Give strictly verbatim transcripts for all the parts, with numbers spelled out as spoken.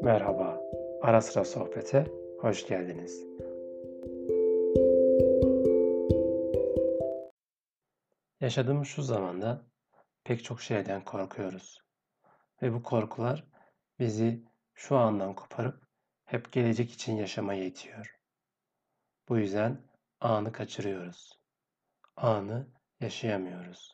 Merhaba, Ara Sıra Sohbet'e hoş geldiniz. Yaşadığımız şu zamanda pek çok şeyden korkuyoruz ve bu korkular bizi şu andan koparıp hep gelecek için yaşamaya itiyor. Bu yüzden anı kaçırıyoruz. Anı yaşayamıyoruz.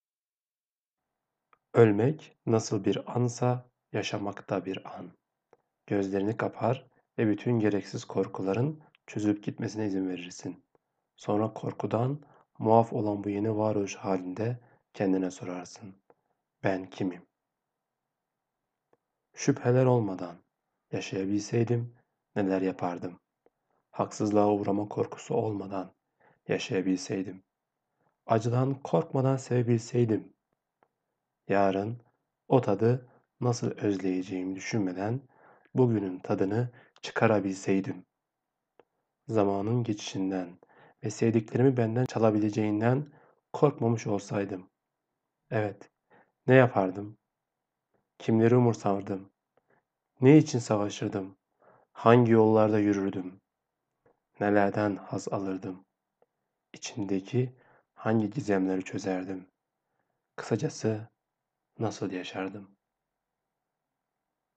Ölmek nasıl bir ansa yaşamak da bir an. Gözlerini kapar ve bütün gereksiz korkuların çözülüp gitmesine izin verirsin. Sonra korkudan muaf olan bu yeni varoluş halinde kendine sorarsın. Ben kimim? Şüpheler olmadan yaşayabilseydim neler yapardım? Haksızlığa uğrama korkusu olmadan yaşayabilseydim. Acıdan korkmadan sevebilseydim. Yarın o tadı nasıl özleyeceğimi düşünmeden bugünün tadını çıkarabilseydim. Zamanın geçişinden ve sevdiklerimi benden çalabileceğinden korkmamış olsaydım. Evet, ne yapardım? Kimleri umursardım? Ne için savaşırdım? Hangi yollarda yürürdüm? Nelerden haz alırdım? İçimdeki hangi gizemleri çözerdim? Kısacası nasıl yaşardım?